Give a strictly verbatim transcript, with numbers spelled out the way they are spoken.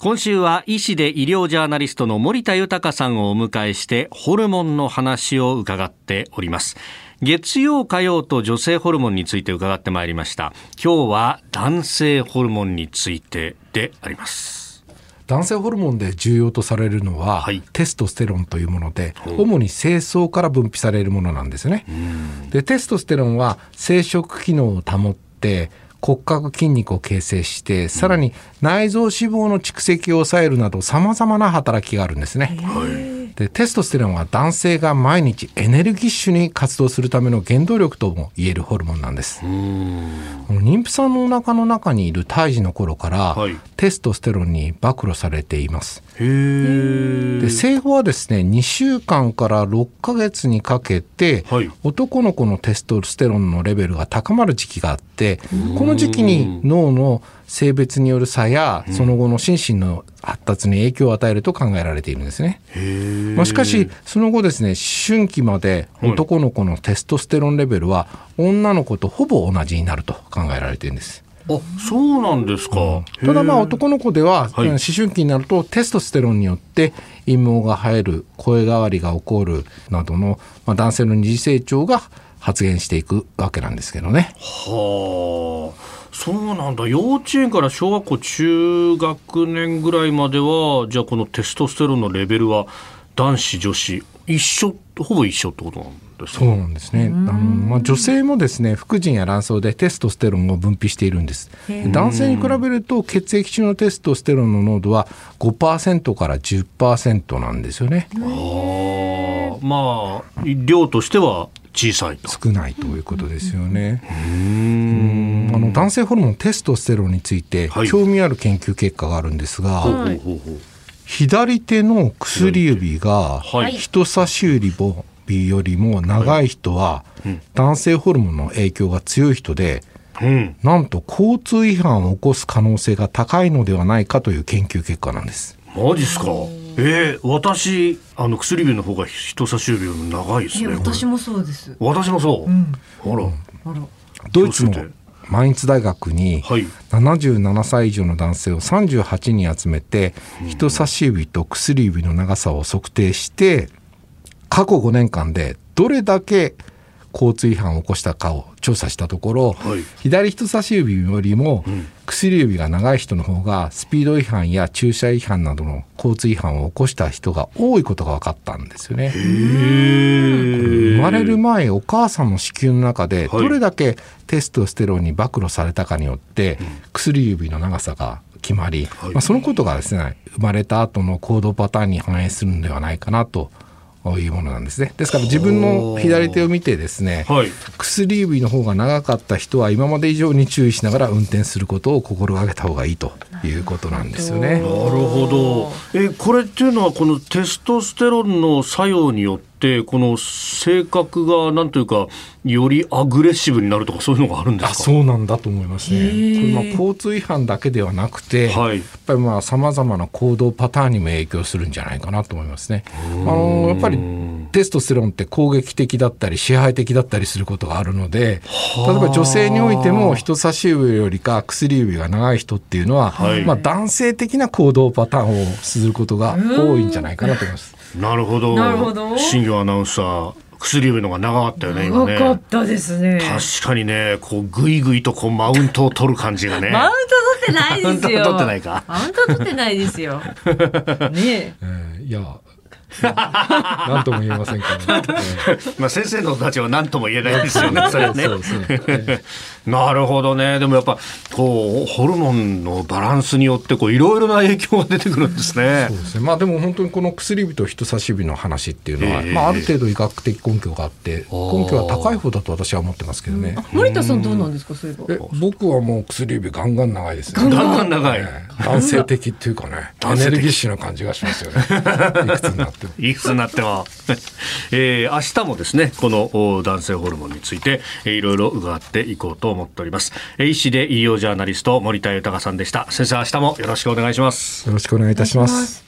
今週は医師で医療ジャーナリストの森田豊さんをお迎えしてホルモンの話を伺っております。月曜火曜と女性ホルモンについて伺ってまいりました。今日は男性ホルモンについてであります。 男性ホルモンで重要とされるのは、はい、テストステロンというもので、主に精巣から分泌されるものなんですね。でテストステロンは生殖機能を保って骨格筋肉を形成して、さらに内臓脂肪の蓄積を抑えるなど様々な働きがあるんですね。でテストステロンは男性が毎日エネルギッシュに活動するための原動力とも言えるホルモンなんです。うーん妊婦さんのお腹の中にいる胎児の頃から、はい、テストステロンに暴露されています。へーで生後はですねにしゅうかんからろっかげつにかけて、はい、男の子のテストステロンのレベルが高まる時期があって、この時期に脳の性別による差やその後の心身の発達に影響を与えると考えられているんですね。へまあ、しかしその後ですね、思春期まで男の子のテストステロンレベルは女の子とほぼ同じになると考えられているんです。 あ、そうなんですか。うん、 ただまあ男の子では、はい、思春期になるとテストステロンによって陰毛が生える、声変わりが起こるなどの、まあ、男性の二次成長が発現していくわけなんですけどね。はあ、 そうなんだ。幼稚園から小学校中学年ぐらいまでは、じゃあこのテストステロンのレベルは男子女子一緒、ほぼ一緒ってことなんですか。 そうなんですね。あの、まあ、女性もですね、副腎や卵巣でテストステロンを分泌しているんです。男性に比べると血液中のテストステロンの濃度は ごパーセント から じゅっパーセント なんですよね。あ、 まあ量としては小さいと、 少ないということですよね。うーんあの男性ホルモンテストステロンについて、はい、興味ある研究結果があるんですが、はい、左手の薬指が人差し指よりも長い人は男性ホルモンの影響が強い人で、うん、なんと交通違反を起こす可能性が高いのではないかという研究結果なんです。 マジっすか。えー、私あの薬指の方が人差し指よりも長いですね。 私もそうです。 私もそう、うん、あら、 あらドイツのマインツ大学にななじゅうななさい以上の男性をさんじゅうはちにん集めて、人差し指と薬指の長さを測定して過去ごねんかんでどれだけ交通違反を起こしたかを調査したところ、はい、左人差し指よりも薬指が長い人の方がスピード違反や駐車違反などの交通違反を起こした人が多いことが分かったんですよね。へー、生まれる前お母さんの子宮の中でどれだけテストステロンに暴露されたかによって薬指の長さが決まり、はい、まあ、そのことがですね、生まれた後の行動パターンに反映するのではないかなというものなんですね。ですから自分の左手を見てですね、はい、薬指の方が長かった人は今まで以上に注意しながら運転することを心がけた方がいいということなんですよね。なるほど。えこれっていうのはこのテストステロンの作用によってこの性格がなんというかよりアグレッシブになるとかそういうのがあるんですか。 あ、そうなんだと思いますね。これまあ交通違反だけではなくて、はい、やっぱりまあ様々な行動パターンにも影響するんじゃないかなと思いますね。あのやっぱりテストステロンって攻撃的だったり支配的だったりすることがあるので、例えば女性においても人差し指よりか薬指が長い人っていうのは、はい、まあ、男性的な行動パターンをすることが多いんじゃないかなと思います。 なるほど。なるほど。新業アナウンサー、薬指のが長かったよね。今ね。 長かったですね。 確かにね、こうぐいぐいとこうマウントを取る感じがね。 マウント取ってないですよ。 マウント取ってないか。 マウント取ってないですよ。ねえ。 えー、いや。何とも言えませんけど、ね、 まあ先生のたちは何とも言えないですよね。それね。そうそうね。なるほどね。でもやっぱこうホルモンのバランスによってこういろいろな影響が出てくるんですね。 そうですね。まあでも本当にこの薬指と人差し指の話っていうのは、えーまあ、ある程度医学的根拠があって根拠は高い方だと私は思ってますけどね。 うん、森田さんどうなんですか。そういえばえ僕はもう薬指ガンガン長いですね。 ガンガン長い、 ね、男性的っていうかねエネルギッシュな感じがしますよね。いくつになってもいくつになっても、えー、明日もですねこの男性ホルモンについて、えー、いろいろ伺っていこうと思っております。医師で医療ジャーナリスト森田豊さんでした。先生、明日もよろしくお願いします。 よろしくお願いいたします。